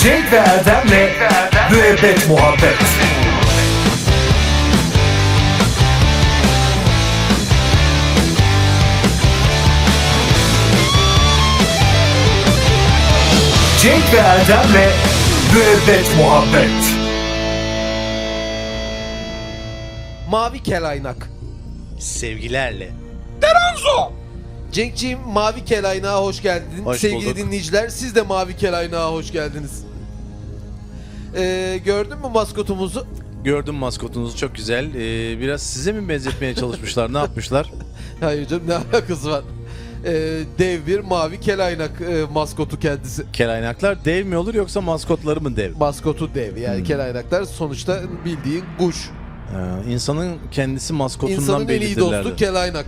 Cenk ve Erdem'le Müebbet Muhabbet. Cenk ve Erdem'le Müebbet Muhabbet. Mavi kelaynak. Sevgilerle. Cenk'ciğim, Mavi Kelaynak'a hoş geldin. Hoş Sevgili bulduk. dinleyiciler, siz de Mavi Kelaynak'a hoş geldiniz. Gördün mü maskotumuzu? Gördüm maskotunuzu, çok güzel. Biraz size mi benzetmeye çalışmışlar? Ne yapmışlar? Hayır canım, ne alakası var? Dev bir Mavi Kelaynak maskotu kendisi. Kelaynaklar dev mi olur yoksa maskotları mı dev? Maskotu dev, yani Kelaynaklar sonuçta bildiğin kuş. İnsanın kendisi maskotundan İnsanın en iyi dostu bellidirlerdi. Kelaynak.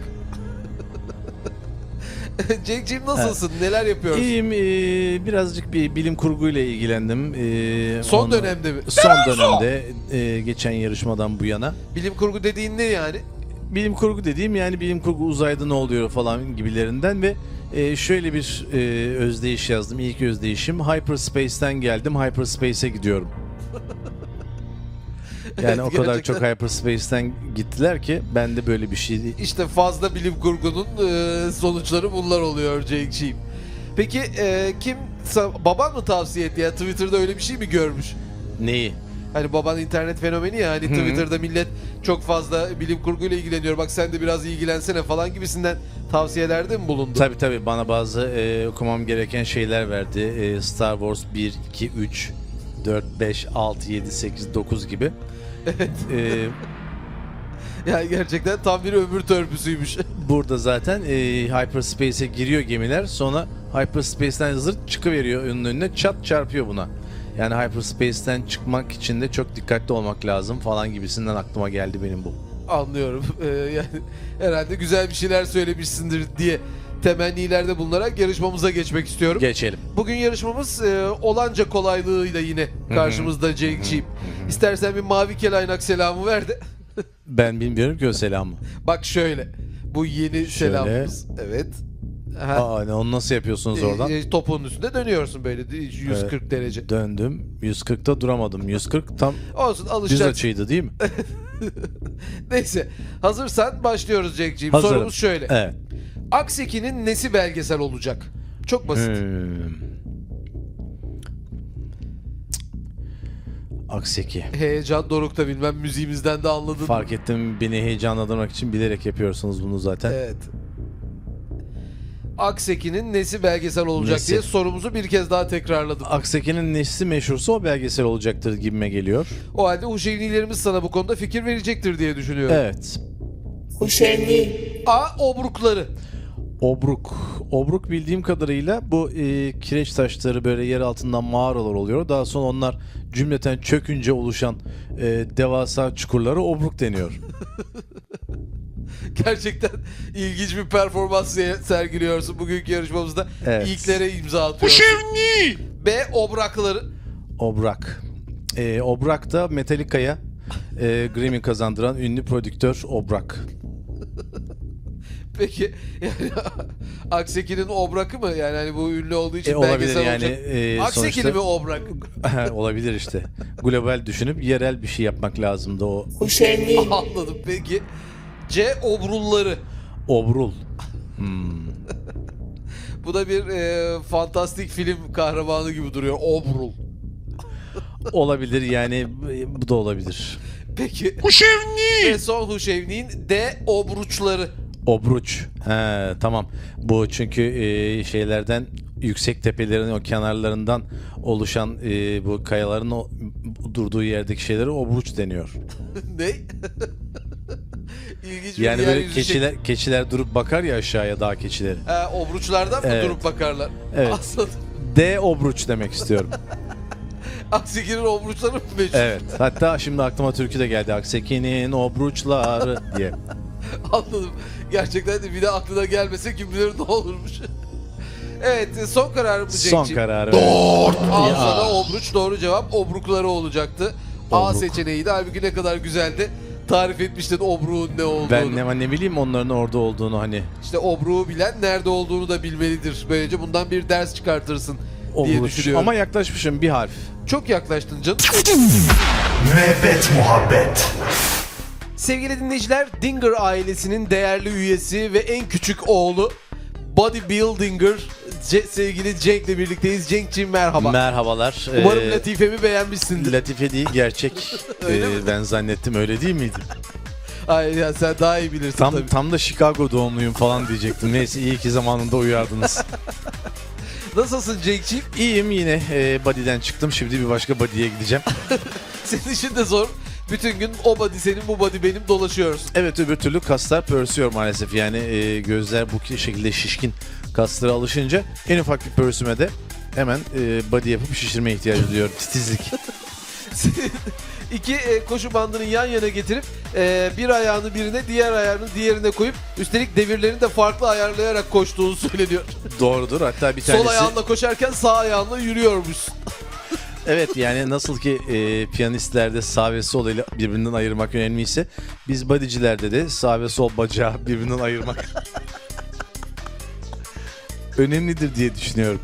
Cenk'ciğim nasılsın? Neler yapıyorsun? İyiyim. Birazcık bir bilim kurguyla ilgilendim. Son dönemde mi? Son dönemde geçen yarışmadan bu yana. Bilim kurgu dediğin ne yani? Bilim kurgu dediğim yani bilim kurgu uzayda ne oluyor falan gibilerinden ve şöyle bir özdeyiş yazdım. İlk özdeyişim Hyperspace'ten geldim, Hyperspace'e gidiyorum. Yani o kadar Gerçekten. çok Hyperspace'ten gittiler ki ben de böyle bir şey değil. İşte fazla bilim kurgunun sonuçları bunlar oluyor Cenk'ciğim. Peki baban mı tavsiye etti ya? Twitter'da öyle bir şey mi görmüş? Neyi? Hani baban internet fenomeni ya, hani Twitter'da millet çok fazla bilim kurguyla ilgileniyor. Bak sen de biraz ilgilensene falan gibisinden tavsiyelerde mi bulundu? Tabii bana bazı okumam gereken şeyler verdi. Star Wars 1, 2, 3, 4, 5, 6, 7, 8, 9 gibi. Evet. E, Yani gerçekten tam bir ömür törpüsüymüş. Burada zaten Hyperspace'e giriyor gemiler. Sonra Hyperspace'ten zırt çıkıveriyor önüne, çat çarpıyor buna. Yani Hyperspace'ten çıkmak için de çok dikkatli olmak lazım falan gibisinden aklıma geldi benim bu. Anlıyorum. Yani herhalde güzel bir şeyler söylemişsindir diye temennilerde bulunarak yarışmamıza geçmek istiyorum. Geçelim. Bugün yarışmamız olanca kolaylığıyla yine karşımızda Cenk'ciğim. İstersen bir Mavi Kelaynak selamı ver de. Ben bilmiyorum ki o selamı. Bak şöyle. Bu yeni selamımız. Evet. Ha. Onu nasıl yapıyorsunuz oradan? Topuğun üstünde dönüyorsun böyle 140 derece. Döndüm. 140'ta duramadım. 140 tam Olsun, düz alışacaksın. açıydı değil mi? Neyse. Hazırsan başlıyoruz Cenk'ciğim. Hazırım. Sorumuz şöyle. Evet. Akseki'nin nesi belgesel olacak? Çok basit. Akseki. Heyecan dorukta, bilmem müziğimizden de anladın. Fark ettim, beni heyecanlandırmak için bilerek yapıyorsunuz bunu zaten. Evet. Akseki'nin nesi belgesel olacak Nesi? diye sorumuzu bir kez daha tekrarladım. Akseki'nin nesi meşhursa o belgesel olacaktır gibime geliyor. O halde Huşevnilerimiz sana bu konuda fikir verecektir diye düşünüyorum. Evet. A. Obrukları. Obruk. Obruk bildiğim kadarıyla bu kireç taşları böyle yer altından mağaralar oluyor. Daha sonra onlar cümleten çökünce oluşan devasa çukurlara obruk deniyor. Gerçekten ilginç bir performans sergiliyorsun bugünkü yarışmamızda. Evet. İlklere imza atıyorsun. B. Obrakları. Obrak. Obrak da Metallica'ya Grammy kazandıran ünlü prodüktör Obrak. Peki yani Akseki'nin Obrak'ı mı? Yani hani bu ünlü olduğu için Olabilir belgesel yani, olacak. Akseki'li sonuçta- mi Obrak? Olabilir işte. Global düşünüp yerel bir şey yapmak lazımdı o. Anladım. Peki C. Obrulları. Obrul. Bu da bir fantastik film kahramanı gibi duruyor. Obrul. Olabilir yani, bu da olabilir. Peki. Ve son Huşevni'nin D. Obruçları. Obruç. He, tamam. Bu çünkü şeylerden, yüksek tepelerin o kenarlarından oluşan bu kayaların o durduğu yerdeki şeylere obruç deniyor. Ne? İlginç bir Yani böyle yeryüzü keçiler durup bakar ya aşağıya, dağ keçileri. obruçlardan mı Evet. durup bakarlar? Evet. Aslında D obruç demek istiyorum. Akseki'nin obruçları mı meşhur? Evet. Hatta şimdi aklıma türkü de geldi. Akseki'nin obruçları diye. Anladım. Gerçekten de bir de aklına gelmese kim bilir ne olurmuş. Evet, son kararı mı Cenk'ciğim? Son kararı. Al Ya. sana obruç, doğru cevap. Obrukları olacaktı. A Obruk. seçeneğiydi. Halbuki ne kadar güzeldi. Tarif etmiştin obruğun ne olduğunu. Ben ne bileyim onların orada olduğunu hani. İşte obruğu bilen nerede olduğunu da bilmelidir. Böylece bundan bir ders çıkartırsın diye Olur. düşünüyorum. Ama yaklaşmışım bir harf. Çok yaklaştın canım. Müebbet muhabbet. Sevgili dinleyiciler, Dinger ailesinin değerli üyesi ve en küçük oğlu Bodybuildinger sevgili Cenk'le birlikteyiz. Cenk'ciğim merhaba. Merhabalar. Umarım latifemi beğenmişsindir. Latife değil, gerçek. Öyle mi? Ben zannettim, öyle değil miydi? Ay ya, sen daha iyi bilirsin tabii. Tam da Chicago doğumluyum falan diyecektim. Neyse, iyi ki zamanında uyardınız. Nasılsın Cenk'ciğim? İyiyim, yine body'den çıktım. Şimdi bir başka body'ye gideceğim. Senin için de zor. Bütün gün o body senin, bu body benim dolaşıyoruz. Evet, öbür türlü kaslar pörsüyor maalesef. Yani gözler bu şekilde şişkin kaslara alışınca en ufak bir pörsüme de hemen body yapıp şişirmeye ihtiyacı duyuyorum. Titizlik. İki koşu bandını yan yana getirip bir ayağını birine, diğer ayağını diğerine koyup üstelik devirlerini de farklı ayarlayarak koştuğunu söyleniyor. Doğrudur. Hatta bir tanesi... Sol ayağınla koşarken sağ ayağınla yürüyormuş. Evet, yani nasıl ki piyanistlerde sağ ve sol ile birbirinden ayırmak önemliyse, biz bodycilerde de sağ ve sol bacağı birbirinden ayırmak önemlidir diye düşünüyorum.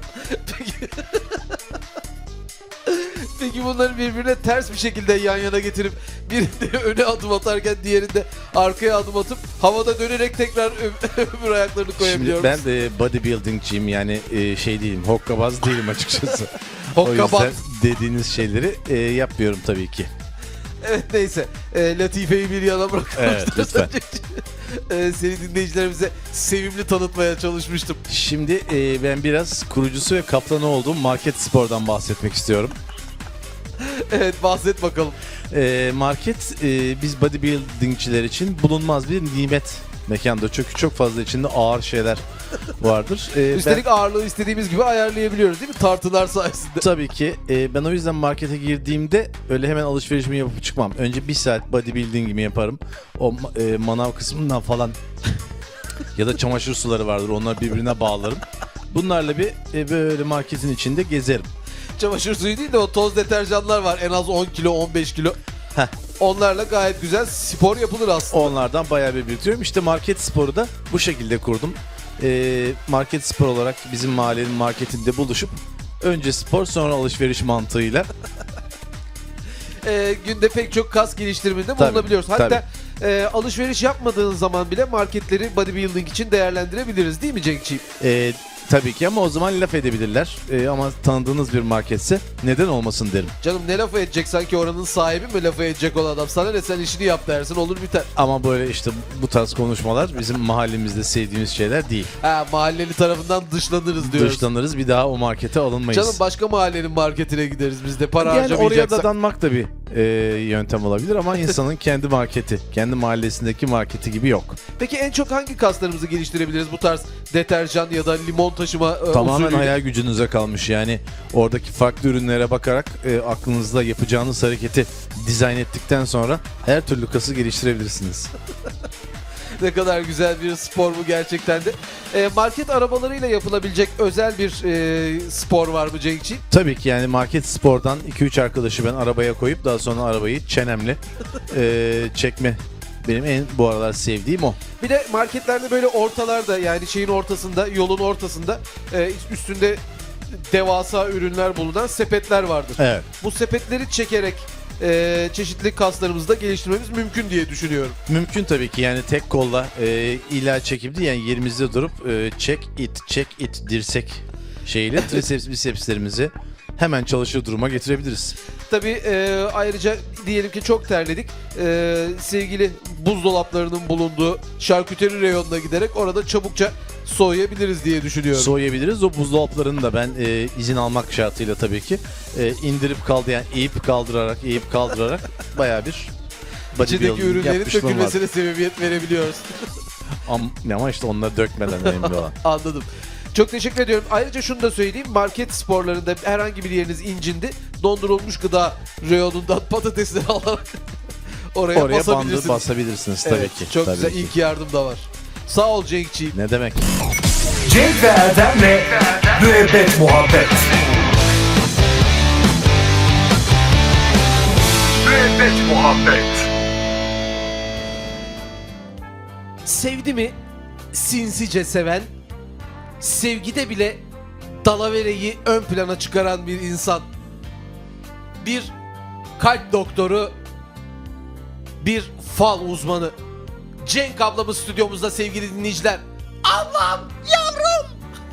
Peki bunları birbirine ters bir şekilde yan yana getirip birinde öne adım atarken diğerinde arkaya adım atıp havada dönerek tekrar öbür ayaklarını koyabiliyor Şimdi ben musun? de bodybuildingciyim, yani şey değilim, hokkabaz değilim açıkçası. Hokkabaz. O yüzden dediğiniz şeyleri yapmıyorum tabii ki. Evet, neyse. Latife'yi bir yana bırakalım. Evet, lütfen. Seni dinleyicilerimize sevimli tanıtmaya çalışmıştım. Şimdi ben biraz kurucusu ve kaptanı olduğum Market Spor'dan bahsetmek istiyorum. Evet, bahset bakalım. Market biz bodybuildingçiler için bulunmaz bir nimet mekanda. Çünkü çok fazla içinde ağır şeyler vardır. Üstelik ağırlığı istediğimiz gibi ayarlayabiliyoruz değil mi? Tartılar sayesinde. Tabii ki ben o yüzden markete girdiğimde öyle hemen alışverişimi yapıp çıkmam. Önce bir saat bodybuilding'imi yaparım. O manav kısmından falan ya da çamaşır suları vardır, onları birbirine bağlarım. Bunlarla bir böyle marketin içinde gezerim. Çamaşır suyu değil de o toz deterjanlar var. En az 10 kilo, 15 kilo. Heh. Onlarla gayet güzel spor yapılır aslında. Onlardan bayağı bir biriktiriyorum. İşte Market Spor'u da bu şekilde kurdum. Market Spor olarak bizim mahallenin marketinde buluşup önce spor sonra alışveriş mantığıyla. Günde pek çok kas geliştirmede bulunabiliyoruz. Hatta alışveriş yapmadığın zaman bile marketleri bodybuilding için değerlendirebiliriz değil mi Cenk'ciğim? Tabii ki, ama o zaman laf edebilirler. Ama tanıdığınız bir marketse neden olmasın derim. Canım, ne lafı edecek, sanki oranın sahibi mi lafı edecek olan adam? Sana ne, sen işini yap dersin, olur biter. Ama böyle işte bu tarz konuşmalar bizim mahallemizde sevdiğimiz şeyler değil. Ha, mahalleli tarafından dışlanırız diyoruz. Dışlanırız, bir daha o markete alınmayız. Canım, başka mahallenin marketine gideriz biz de, para yani oraya harcamayacaksak. dadanmak da bir yöntem olabilir ama insanın kendi marketi, kendi mahallesindeki marketi gibi yok. Peki en çok hangi kaslarımızı geliştirebiliriz bu tarz deterjan ya da limon taşıma Tamamen usulüyle? hayal gücünüze kalmış. Yani oradaki farklı ürünlere bakarak aklınızda yapacağınız hareketi dizayn ettikten sonra her türlü kası geliştirebilirsiniz. Ne kadar güzel bir spor bu gerçekten de. Market arabalarıyla yapılabilecek özel bir spor var mı Cenk'ciğim? Tabii ki, yani Market Spor'dan 2-3 arkadaşı ben arabaya koyup daha sonra arabayı çenemle çekme. Benim en bu aralar sevdiğim o. Bir de marketlerde böyle ortalarda, yani şeyin ortasında, yolun ortasında üstünde devasa ürünler bulunan sepetler vardır. Evet. Bu sepetleri çekerek çeşitli kaslarımızı da geliştirmemiz mümkün diye düşünüyorum. Mümkün tabii ki, yani tek kolla illa çekip değil, yani yerimizde durup çek it dirsek şeyle triceps bisepslerimizi hemen çalışır duruma getirebiliriz. Tabii ayrıca diyelim ki çok terledik. Sevgili buzdolaplarının bulunduğu şarküteri reyonuna giderek orada çabukça soğuyabiliriz diye düşünüyorum. Soğuyabiliriz. O buzdolaplarını da ben izin almak şartıyla tabii ki indirip yani eğip kaldırarak bayağı bir İçindeki bodybuilding ürünlerin yapmışlığım var. dökülmesine sebebiyet verebiliyoruz. Ama işte onları dökmeden önemli olan. Anladım. Çok teşekkür ediyorum. Ayrıca şunu da söyleyeyim. Market sporlarında herhangi bir yeriniz incindi, dondurulmuş gıda reyonundan patatesleri alarak oraya Oraya bandı basabilirsiniz. basabilirsiniz tabii Evet, ki. çok tabii güzel. ki. İlk yardım da var. Sağ ol Cenk'ciğim. Ne demek? Cenk ve Erdem'le Müebbet Muhabbet. Müebbet Muhabbet. Sevdi mi sinsice seven, sevgide bile dalavereyi ön plana çıkaran bir insan. Bir kalp doktoru, bir fal uzmanı. Cenk ablamız stüdyomuzda sevgili dinleyiciler. Ablam, yavrum.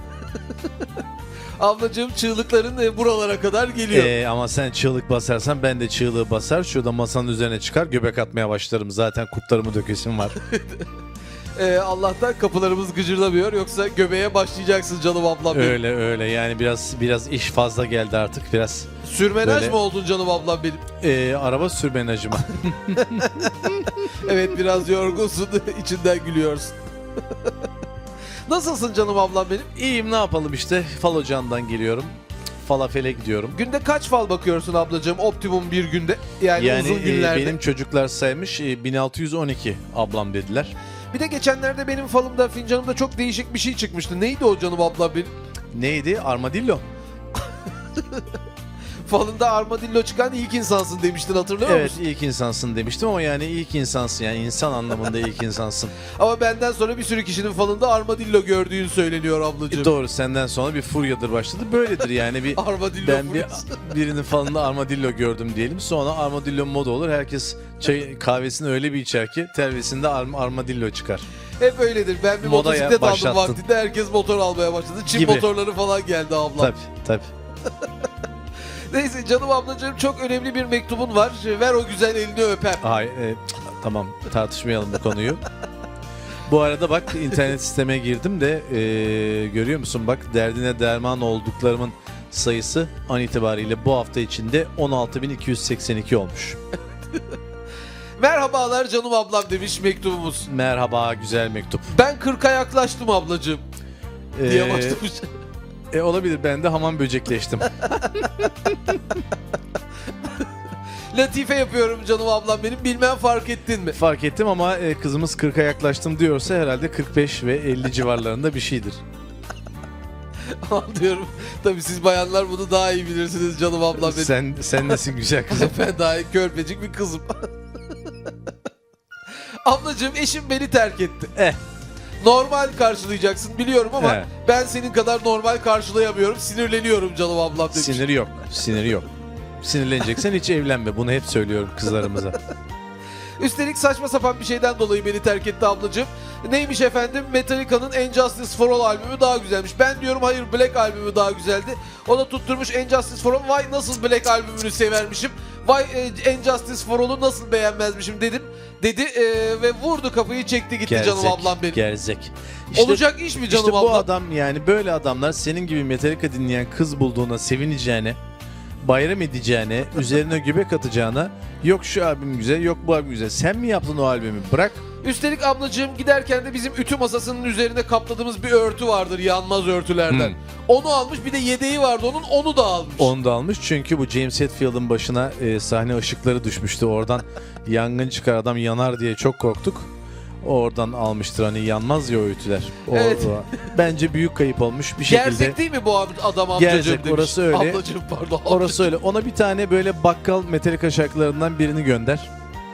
Ablacığım çığlıkların buralara kadar geliyor. Ama sen çığlık basarsan ben de çığlığı basar. Şurada masanın üzerine çıkar göbek atmaya başlarım. Zaten kurtlarımı dökesim var. Allah'tan kapılarımız gıcırlamıyor, yoksa göbeğe başlayacaksın canım ablam benim. Öyle yani biraz iş fazla geldi artık biraz. Sürmenaj Böyle- mı oldun canım ablam benim? Araba sürmenajı mı? Evet, biraz yorgunsun, içinden gülüyorsun. Nasılsın canım ablam benim? İyiyim, ne yapalım işte. Fal ocağından geliyorum. Falafele gidiyorum. Günde kaç fal bakıyorsun ablacığım optimum bir günde? Yani uzun günlerde. Benim çocuklar saymış 1612 ablam dediler. Bir de geçenlerde benim falımda, fincanımda çok değişik bir şey çıkmıştı. Neydi o canım ablam benim? Neydi? Armadillo. Falında armadillo çıkan ilk insansın demiştin, hatırlıyor Evet, musun? ilk insansın demiştim ama yani ilk insansın, yani insan anlamında ilk insansın. Ama benden sonra bir sürü kişinin falında armadillo gördüğün söyleniyor ablacığım. Doğru, senden sonra bir furyadır başladı. Böyledir yani bir Armadillo ben furyası. birinin falında armadillo gördüm diyelim. Sonra armadillo moda olur. Herkes çay kahvesini öyle bir içer ki telvesinde armadillo çıkar. Hep öyledir. Ben bir Modaya motosiklet aldım başlattın. vaktinde, herkes motor almaya başladı. Çin Gibi. motorları falan geldi ablam. Tabii. Neyse canım ablacığım, çok önemli bir mektubun var. Ver o güzel elini öpem. Tamam, tartışmayalım bu konuyu. Bu arada bak, internet siteme girdim de görüyor musun, bak derdine derman olduklarımın sayısı an itibariyle bu hafta içinde 16.282 olmuş. Merhabalar canım ablam demiş mektubumuz. Merhaba güzel mektup. Ben 40'a yaklaştım ablacığım diye başlamış. Olabilir, ben de hamam böcekleştim. Latife yapıyorum canım ablam benim, bilmem fark ettin mi? Fark ettim ama kızımız 40'a yaklaştım diyorsa herhalde 45 ve 50 civarlarında bir şeydir. Anlıyorum. Tabii siz bayanlar bunu daha iyi bilirsiniz canım ablam benim. Sen nesin güzel kızım? Ben daha körpecik bir kızım. Ablacığım, eşim beni terk etti. Normal karşılayacaksın biliyorum ama He. ben senin kadar normal karşılayamıyorum. Sinirleniyorum canım ablam demiş. Siniri yok. Sinirleneceksen hiç evlenme. Bunu hep söylüyorum kızlarımıza. Üstelik saçma sapan bir şeyden dolayı beni terk etti ablacığım. Neymiş efendim? Metallica'nın And Justice for All albümü daha güzelmiş. Ben diyorum hayır, Black albümü daha güzeldi. O da tutturmuş And Justice for All. Vay nasıl Black albümünü severmişim. Vay And Justice for All'u nasıl beğenmezmişim dedim. Dedi ve vurdu kapıyı, çekti gitti canım ablam benim. Gerzek. Olacak iş mi canım İşte bu ablam? adam, yani böyle adamlar senin gibi Metallica dinleyen kız bulduğuna sevineceğine, bayram edeceğine, üzerine göbek atacağına, yok şu albüm güzel, yok bu albüm güzel. Sen mi yaptın o albümü? Bırak. Üstelik ablacığım giderken de bizim ütü masasının üzerine kapladığımız bir örtü vardır, yanmaz örtülerden. Onu almış, bir de yedeği vardı onun, onu da almış. Onu da almış çünkü bu James Hetfield'ın başına sahne ışıkları düşmüştü. Oradan yangın çıkar, adam yanar diye çok korktuk. Oradan almıştır, hani yanmaz ya o ütüler. Evet. Bence büyük kayıp olmuş bir şekilde. Gerzek değil mi bu adam amcacığım Gerzek, demiş. orası öyle. Ablacığım pardon. Orası öyle. Ona bir tane böyle bakkal Metallica şarkılarından birini gönder.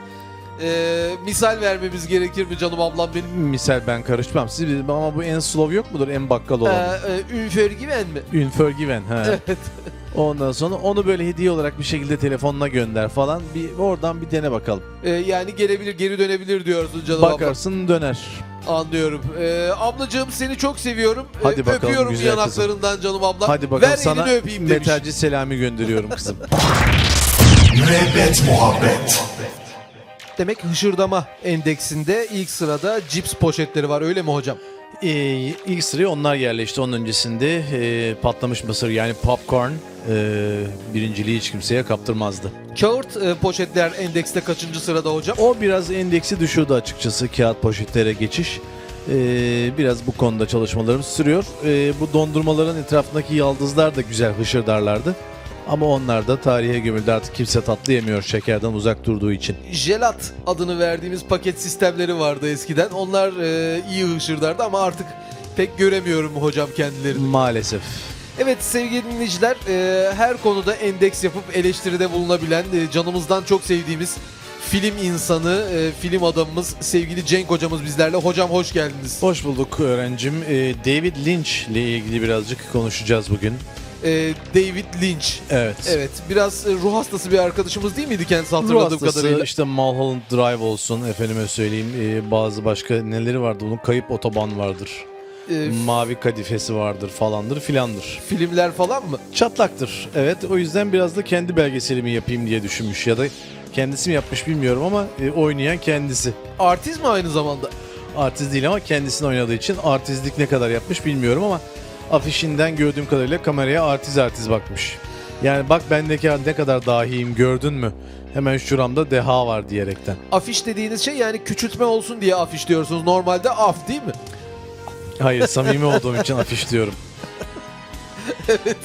Misal vermemiz gerekir mi canım ablam benim? Misal ben karışmam. Siz bilin ama bu en slow yok mudur? En bakkal olan. Unforgiven mi? Unforgiven. Ha. Evet. Ondan sonra onu böyle hediye olarak bir şekilde telefonuna gönder falan. Bir oradan bir dene bakalım. Yani gelebilir, geri dönebilir diyorsun canım ablam. Bakarsın döner. Anlıyorum. Ablacığım seni çok seviyorum. Hadi bakalım öpüyorum güzel yanaklarından canım ablam. Hadi bakalım, Ver sana elini öpeyim demiş. metalci Selami gönderiyorum kızım. Müebbet muhabbet. Demek hışırdama endeksinde ilk sırada cips poşetleri var, öyle mi hocam? İlk sıraya onlar yerleşti. Onun öncesinde patlamış mısır yani popcorn birinciliği hiç kimseye kaptırmazdı. Kağıt poşetler endekste kaçıncı sırada hocam? O biraz endeksi düşürdü açıkçası, kağıt poşetlere geçiş. Biraz bu konuda çalışmalarımız sürüyor. Bu dondurmaların etrafındaki yaldızlar da güzel hışırdarlardı. Ama onlar da tarihe gömüldü, artık kimse tatlı yemiyor şekerden uzak durduğu için. Jelat adını verdiğimiz paket sistemleri vardı eskiden. Onlar iyi hışırdardı ama artık pek göremiyorum hocam kendilerini. Maalesef. Evet sevgili dinleyiciler, her konuda endeks yapıp eleştiride bulunabilen, canımızdan çok sevdiğimiz film insanı, film adamımız sevgili Cenk hocamız bizlerle. Hocam hoş geldiniz. Hoş bulduk öğrencim. David Lynch ile ilgili birazcık konuşacağız bugün. David Lynch. Evet. Evet, biraz ruh hastası bir arkadaşımız değil miydi kendisi, Ruh hatırladığım hastası, kadarıyla? işte Mulholland Drive olsun, efendime söyleyeyim, bazı başka neleri vardı bunun, Kayıp Otoban vardır. Mavi Kadifesi vardır falandır filandır. Filmler falan mı? Çatlaktır. Evet, o yüzden biraz da kendi belgeselimi yapayım diye düşünmüş ya da kendisi mi yapmış bilmiyorum ama oynayan kendisi. Artist mi aynı zamanda? Artist değil ama kendisini oynadığı için artistlik ne kadar yapmış bilmiyorum ama afişinden gördüğüm kadarıyla kameraya artist bakmış. Yani bak bendeki ne kadar dahiyim gördün mü? Hemen şuramda deha var diyerekten. Afiş dediğiniz şey yani küçültme olsun diye afiş diyorsunuz. Normalde af değil mi? Hayır, samimi olduğum için afiş diyorum. Evet.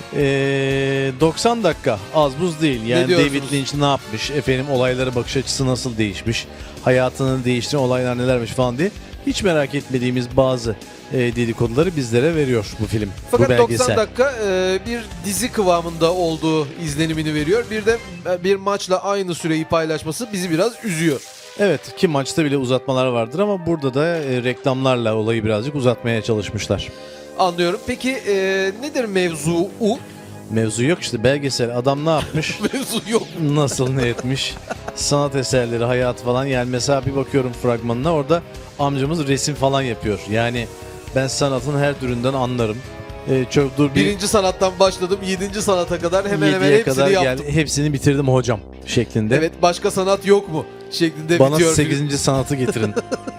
90 dakika az buz değil. Yani diyorsunuz? David Lynch ne yapmış? Efendim olaylara bakış açısı nasıl değişmiş? Hayatını değiştiren olaylar nelermiş falan diye. Hiç merak etmediğimiz bazı dedikoduları bizlere veriyor bu film. Fakat bu belgesel. 90 dakika bir dizi kıvamında olduğu izlenimini veriyor. Bir de bir maçla aynı süreyi paylaşması bizi biraz üzüyor. Evet, ki maçta bile uzatmalar vardır ama burada da reklamlarla olayı birazcık uzatmaya çalışmışlar. Anlıyorum. Peki nedir mevzu? Mevzu yok işte, belgesel. Adam ne yapmış? Mevzu yok. Nasıl ne etmiş? Sanat eserleri, hayat falan. Yani mesela bir bakıyorum fragmanına, orada amcamız resim falan yapıyor. Yani ben sanatın her türünden anlarım. Çok dur Birinci sanattan başladım. 7. sanata kadar hemen hemen 7'ye hepsini kadar yaptım. hepsini bitirdim hocam şeklinde. Evet, başka sanat yok mu? Şeklinde Bana bitiyor. 8. sanatı getirin.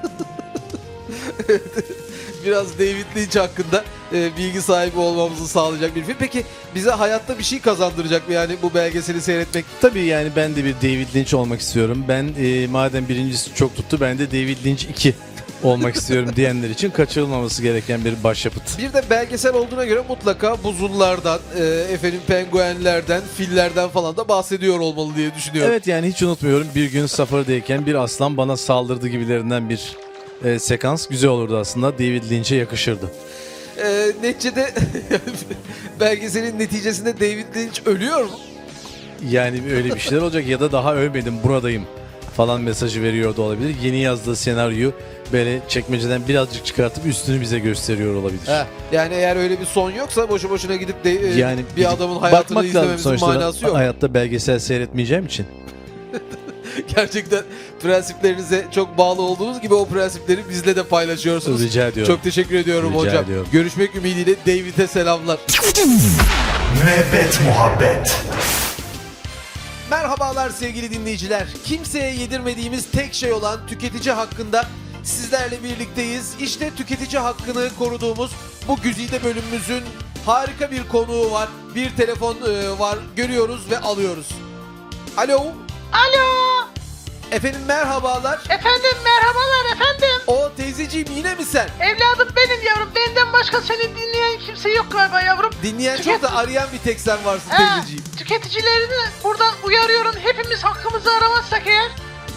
Biraz David Lynch hakkında bilgi sahibi olmamızı sağlayacak bir film. Peki bize hayatta bir şey kazandıracak mı yani bu belgeseli seyretmek? Tabii yani ben de bir David Lynch olmak istiyorum. Ben madem birincisi çok tuttu, ben de David Lynch 2 olmak istiyorum diyenler için kaçırılmaması gereken bir başyapıt. Bir de belgesel olduğuna göre mutlaka buzullardan, penguenlerden, fillerden falan da bahsediyor olmalı diye düşünüyorum. Evet, yani hiç unutmuyorum, bir gün safardayken bir aslan bana saldırdı gibilerinden bir sekans güzel olurdu aslında. David Lynch'e yakışırdı. Neticede belgeselin neticesinde David Lynch ölüyor mu? Yani öyle bir şeyler olacak ya da daha ölmedim buradayım falan mesajı veriyor da olabilir. Yeni yazdığı senaryoyu böyle çekmeceden birazcık çıkartıp üstünü bize gösteriyor olabilir. Yani eğer öyle bir son yoksa boşu boşuna gidip de Yani bir adamın hayatını bakmak lazım izlememizin sonuçta. manası yok. Hayatta belgesel seyretmeyeceğim için. Gerçekten prensiplerinize çok bağlı olduğunuz gibi o prensipleri bizle de paylaşıyorsunuz. Rica ediyorum. Çok teşekkür ediyorum Rica hocam. ediyorum. Görüşmek ümidiyle David'e selamlar. Müebbet muhabbet. Merhabalar sevgili dinleyiciler. Kimseye yedirmediğimiz tek şey olan tüketici hakkında sizlerle birlikteyiz. İşte tüketici hakkını koruduğumuz bu güzide bölümümüzün harika bir konuğu var. Bir telefon var, görüyoruz ve alıyoruz. Alo. Alo. Efendim merhabalar. Efendim merhabalar efendim. O teyzeciğim yine mi sen? Evladım benim yavrum. Benden başka seni dinleyen kimse yok galiba yavrum. Dinleyen çok da arayan bir tek sen varsın He, teyzeciğim. tüketicilerini buradan uyarıyorum. Hepimiz hakkımızı aramazsak eğer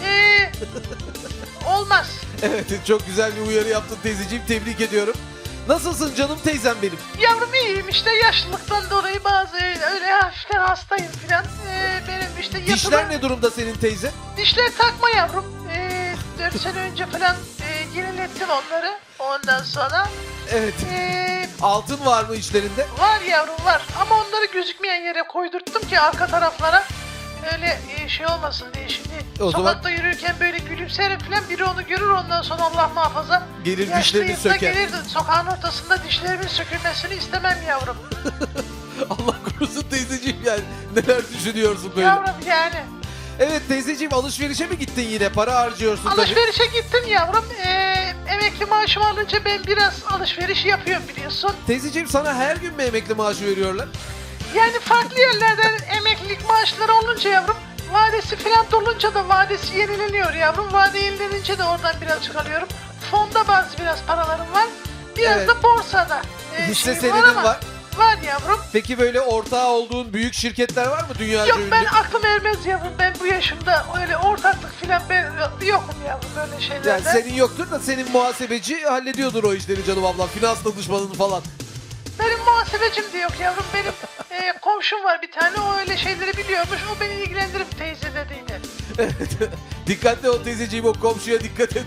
olmaz. Evet, çok güzel bir uyarı yaptın teyzeciğim, tebrik ediyorum. Nasılsın canım teyzem benim? Yavrum iyiyim işte, yaşlılıktan dolayı bazı öyle hafiften hastayım filan. Benim işte Dişler ne durumda senin teyze? Dişler takma yavrum. 4 sene önce falan yenilettim onları. Ondan sonra Evet. Altın var mı içlerinde? var yavrum var ama onları gözükmeyen yere koydurttum ki arka taraflara öyle şey olmasın diye. Şimdi O zaman- sokakta yürürken böyle gülümserim falan, biri onu görür, ondan sonra Allah muhafaza Gelir yaşlıyım dişlerini da söker. gelir sokağın ortasında dişlerimin sökülmesini istemem yavrum. Allah korusun teyzeciğim, yani neler düşünüyorsun böyle? Yavrum yani. Evet teyzeciğim, alışverişe mi gittin yine? Para harcıyorsun tabii. Alışverişe gittim yavrum. Emekli maaşımı alınca ben biraz alışveriş yapıyorum biliyorsun. Teyzeciğim, sana her gün mü emekli maaşı veriyorlar? Yani farklı yerlerden emeklilik maaşları olunca yavrum, vadesi falan dolunca da vadesi yenileniyor yavrum. Vade yenilenince de oradan biraz alıyorum. Fonda biraz paralarım var. Biraz Evet. da borsada. Hisse şeyim senedin ama var. Var yavrum. Peki böyle ortağı olduğun büyük şirketler var mı dünyaca Yok, ünlü? ben aklım ermez yavrum. Ben bu yaşımda öyle ortaklık falan ben yokum yavrum böyle şeylerde. Yani senin yoktur da senin muhasebeci hallediyordur o işleri canım ablam. Finans danışmanını falan. Benim muhasebecim de yok yavrum. Benim komşum var bir tane, o öyle şeyleri biliyormuş. O beni ilgilendirip teyze dediydi. Dikkatli ol teyzeciğim, o komşuya dikkat et.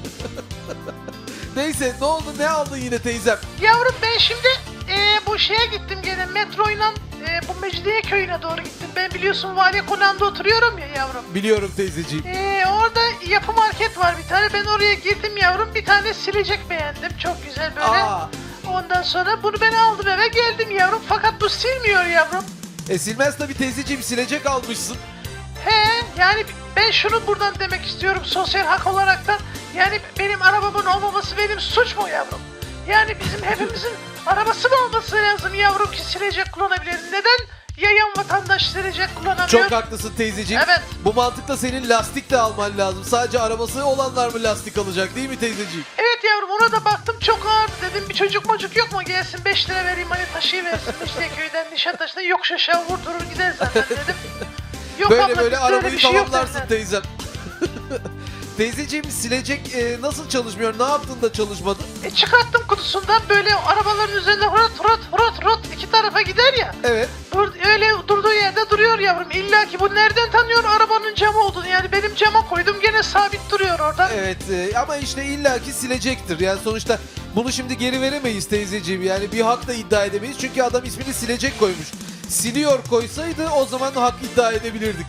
Neyse, ne oldu, ne aldın yine teyzem? Yavrum ben şimdi bu şeye gittim gene metroyla bu Mecidiye köyüne doğru gittim. Ben biliyorsun Valiye Konağı'nda oturuyorum ya yavrum. Biliyorum teyzeciğim. Orada yapı market var bir tane. Ben oraya girdim yavrum. Bir tane silecek beğendim. Çok güzel böyle. Aa. Ondan sonra bunu ben aldım eve geldim yavrum. Fakat bu silmiyor yavrum. Silmez tabii teyzeciğim, silecek almışsın. Yani ben şunu buradan demek istiyorum sosyal hak olaraktan. Yani benim arabamın olmaması benim suç mu yavrum? Yani bizim hepimizin arabası mı olması lazım yavrum ki silecek kullanabilir? Neden yayan vatandaş silecek kullanamıyor? Çok haklısın teyzeciğim. Evet. Bu mantıkla senin lastik de alman lazım. Sadece arabası olanlar mı lastik alacak, değil mi teyzeciğim? Evet yavrum, ona da baktım çok ağırdı dedim. Bir çocuk yok mu gelsin 5 lira vereyim hani taşıyıversin Mecidiyeköy'den Nişantaşı'na yokuş aşağı vurdurur gider zaten dedim. Yok Böyle abla, böyle bizde arabayı öyle bir şey yok tamamlarsın zaten. teyzem. Teyzeciğim, silecek nasıl çalışmıyor? Ne yaptın da çalışmadı? Çıkarttım kutusundan böyle arabaların üzerinde rot 2 tarafa gider ya. Evet. Öyle durduğu yerde duruyor yavrum. İlla ki bu nereden tanıyor arabanın camı olduğunu? Yani benim cama koydum gene sabit duruyor orada. Evet ama işte illaki silecektir. Yani sonuçta bunu şimdi geri veremeyiz teyzeciğim. Yani bir hak da iddia edemeyiz. Çünkü adam ismini silecek koymuş. Siliyor koysaydı o zaman hak iddia edebilirdik.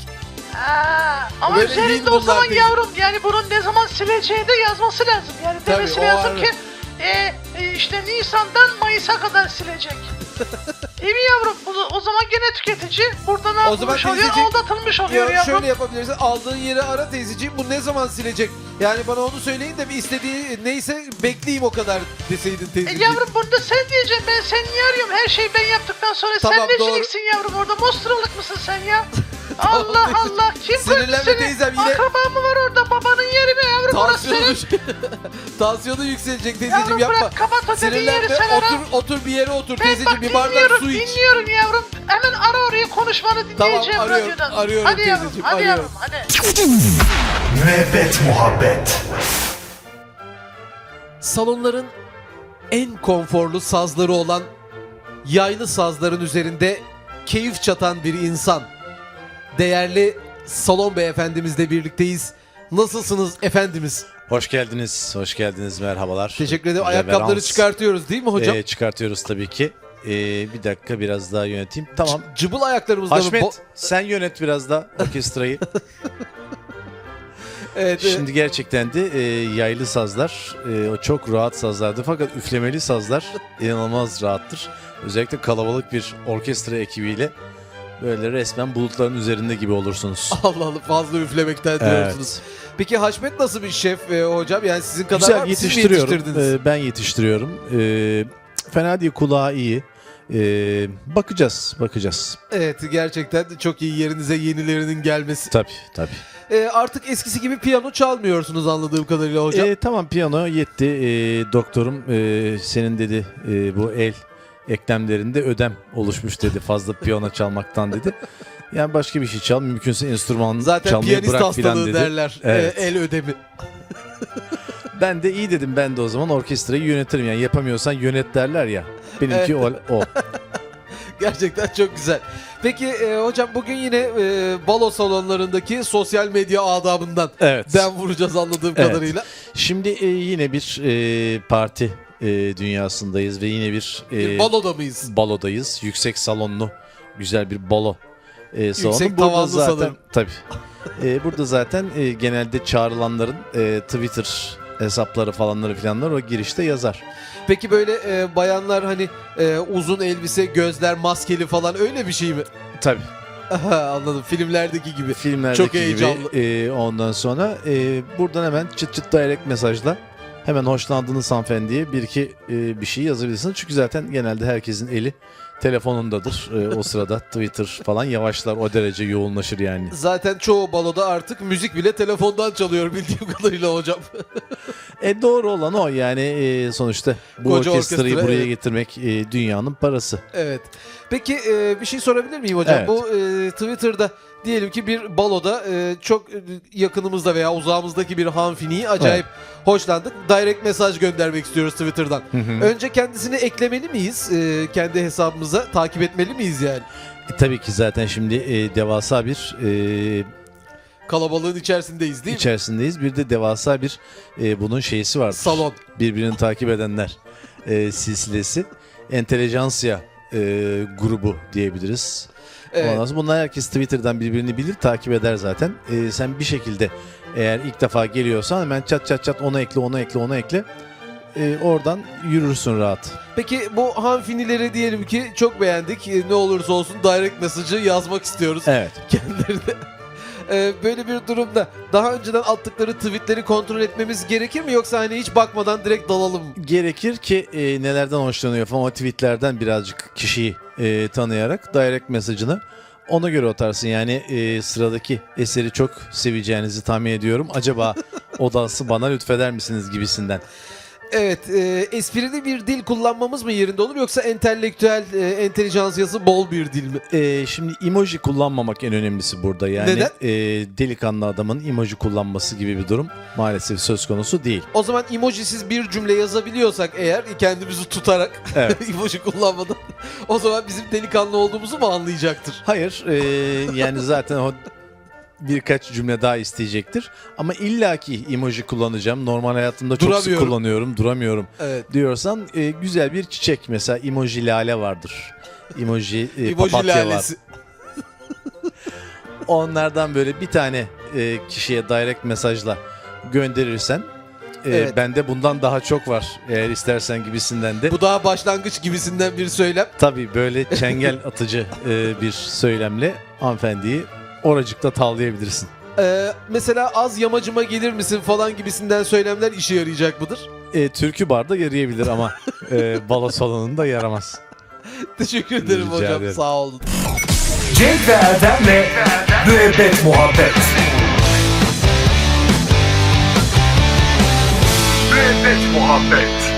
Ama Böyle üzerinde değil o zaman bunlar yavrum yani bunun ne zaman sileceği de yazması lazım. Yani Tabii, demesi o lazım ayrı. ki işte Nisan'dan Mayıs'a kadar silecek. Değil mi yavrum? O zaman gene tüketici burada ne O zaman yapmış oluyor? teyzeciğim, Aldatılmış oluyor yavrum. şöyle yapabilirsin. Aldığın yeri ara teyzeciğim. Bu ne zaman silecek? Yani bana onu söyleyin de bir istediği neyse bekleyeyim o kadar deseydin teyzeciğim. Yavrum bunu da sen diyeceksin. Ben seni niye arıyorum? Her şeyi ben yaptıktan sonra Tamam, sen doğru. neciliksin yavrum orada? Mostralık mısın sen ya? Allah teyzeciğim. Allah. Kim koydu Sinirlenme seni? teyzem, yine- Akraba mı var orada? Babanın yeri mi yavrum? Orası Tansiyonu, senin. tansiyonu yükselecek teyzeciğim, Yavrum yapma. bırak kapat o dediğin yeri Sinirlenme, sen ara. otur bir yere otur Ben teyzeciğim, bak bir bardak dinliyorum, su iç. dinliyorum yavrum. Hemen ara oraya konuşmanı dinleyeceğim arıyorum, radyodan. arıyorum hadi yavrum, teyzeciğim, hadi arıyorum. yavrum, hadi. Müebbet muhabbet. Salonların en konforlu sazları olan yaylı sazların üzerinde keyif çatan bir insan. Değerli salon beyefendimizle birlikteyiz. Nasılsınız efendimiz? Hoş geldiniz, merhabalar. Teşekkür ederim. Reverans. Ayakkabıları çıkartıyoruz değil mi hocam? Çıkartıyoruz tabii ki. Bir dakika biraz daha yöneteyim. Tamam. Cıbıl ayaklarımızda mı? Haşmet sen yönet biraz da orkestrayı. Evet, Şimdi gerçekten de yaylı sazlar o çok rahat sazlardır fakat üflemeli sazlar inanılmaz rahattır. Özellikle kalabalık bir orkestra ekibiyle böyle resmen bulutların üzerinde gibi olursunuz. Allah Allah, fazla üflemekten diyorsunuz. Peki Haşmet nasıl bir şef hocam? Yani sizin kadar var Güzel mı? Siz mi yetiştiriyorum. yetiştirdiniz? Ben yetiştiriyorum. Fena değil, kulağı iyi. Bakacağız. Evet, gerçekten çok iyi, yerinize yenilerinin gelmesi. Tabii. Artık eskisi gibi piyano çalmıyorsunuz anladığım kadarıyla hocam. Tamam, piyano yetti. Doktorum senin dedi bu el eklemlerinde ödem oluşmuş dedi fazla piyano çalmaktan dedi. Yani başka bir şey çal, mümkünse enstrüman Zaten çalmayı piyanist bırak filan hastalığı dedi. derler. Evet. El ödemi. Ben de iyi dedim, ben de o zaman orkestrayı yönetirim. Yani yapamıyorsan yönet derler ya. Benimki o. Gerçekten çok güzel. Peki hocam bugün yine balo salonlarındaki sosyal medya adabından Evet. den vuracağız anladığım Evet. kadarıyla. Şimdi yine bir parti dünyasındayız ve yine bir Baloda mıyız? balodayız. Yüksek salonlu güzel bir balo salonu. Yüksek Burada tavanlı zaten, sanırım. Tabii. Burada zaten genelde çağrılanların Twitter hesapları falanları filanlar o girişte yazar. Peki böyle bayanlar hani uzun elbise, gözler maskeli falan öyle bir şey mi? Tabii. Aha, anladım. Filmlerdeki gibi. Filmlerdeki Çok heyecanlı. gibi. Ondan sonra buradan hemen çıt direct mesajla hemen hoşlandığınız hanımefendiye bir iki bir şey yazabilirsiniz. Çünkü zaten genelde herkesin eli telefonundadır. O sırada Twitter falan yavaşlar, o derece yoğunlaşır yani. Zaten çoğu baloda artık müzik bile telefondan çalıyor bildiğim kadarıyla hocam. Doğru olan o yani sonuçta bu Koca orkestrayı orkestra, buraya evet. getirmek dünyanın parası. Evet. Peki bir şey sorabilir miyim hocam? Evet. Bu Twitter'da diyelim ki bir baloda çok yakınımızda veya uzağımızdaki bir hanımefendiyi acayip hoşlandık. Direct mesaj göndermek istiyoruz Twitter'dan. Önce kendisini eklemeli miyiz? Kendi hesabımıza takip etmeli miyiz yani? Tabii ki zaten şimdi devasa bir Kalabalığın içerisindeyiz değil mi? içerisindeyiz. Bir de devasa bir bunun şeysi var. Salon. Birbirini takip edenler silsilesi. Entelejansiya grubu diyebiliriz. Evet. Ondan sonra bunlar herkes Twitter'dan birbirini bilir, takip eder zaten. Sen bir şekilde eğer ilk defa geliyorsan hemen çat onu ekle. Oradan yürürsün rahat. Peki bu hanfinilere diyelim ki çok beğendik. Ne olursa olsun direct mesajı yazmak istiyoruz Evet. kendilerine. Böyle bir durumda daha önceden attıkları tweetleri kontrol etmemiz gerekir mi? Yoksa hani hiç bakmadan direkt dalalım mı? Gerekir ki nelerden hoşlanıyor falan o tweetlerden birazcık kişiyi tanıyarak direct mesajını ona göre atarsın. Yani sıradaki eseri çok seveceğinizi tahmin ediyorum. Acaba o dansı bana lütfeder misiniz gibisinden. Evet, esprili bir dil kullanmamız mı yerinde olur yoksa entelektüel, entelijansiyası bol bir dil mi? Şimdi emoji kullanmamak en önemlisi burada. Yani Neden? delikanlı adamın emoji kullanması gibi bir durum maalesef söz konusu değil. O zaman emojisiz bir cümle yazabiliyorsak eğer kendimizi tutarak Evet. emoji kullanmadan o zaman bizim delikanlı olduğumuzu mu anlayacaktır? Hayır, yani zaten o birkaç cümle daha isteyecektir. Ama illaki emoji kullanacağım. Normal hayatımda çok sık Duramıyorum. kullanıyorum, duramıyorum Evet. diyorsan güzel bir çiçek. Mesela emoji lale vardır. Emoji Emoji papatya lalesi. var. Onlardan böyle bir tane kişiye direct mesajla gönderirsen Evet. bende bundan daha çok var eğer istersen gibisinden de. Bu daha başlangıç gibisinden bir söylem. Tabii böyle çengel atıcı bir söylemle hanımefendiyi oracıkta tavlayabilirsin. Mesela az yamacıma gelir misin falan gibisinden söylemler işe yarayacak mıdır? Türkü barda yarayabilir ama balo salonunda yaramaz. Teşekkür ederim Rica hocam. ederim. Sağ olun. Cenk ve Erdem'le Müebbet Muhabbet. Müebbet Muhabbet.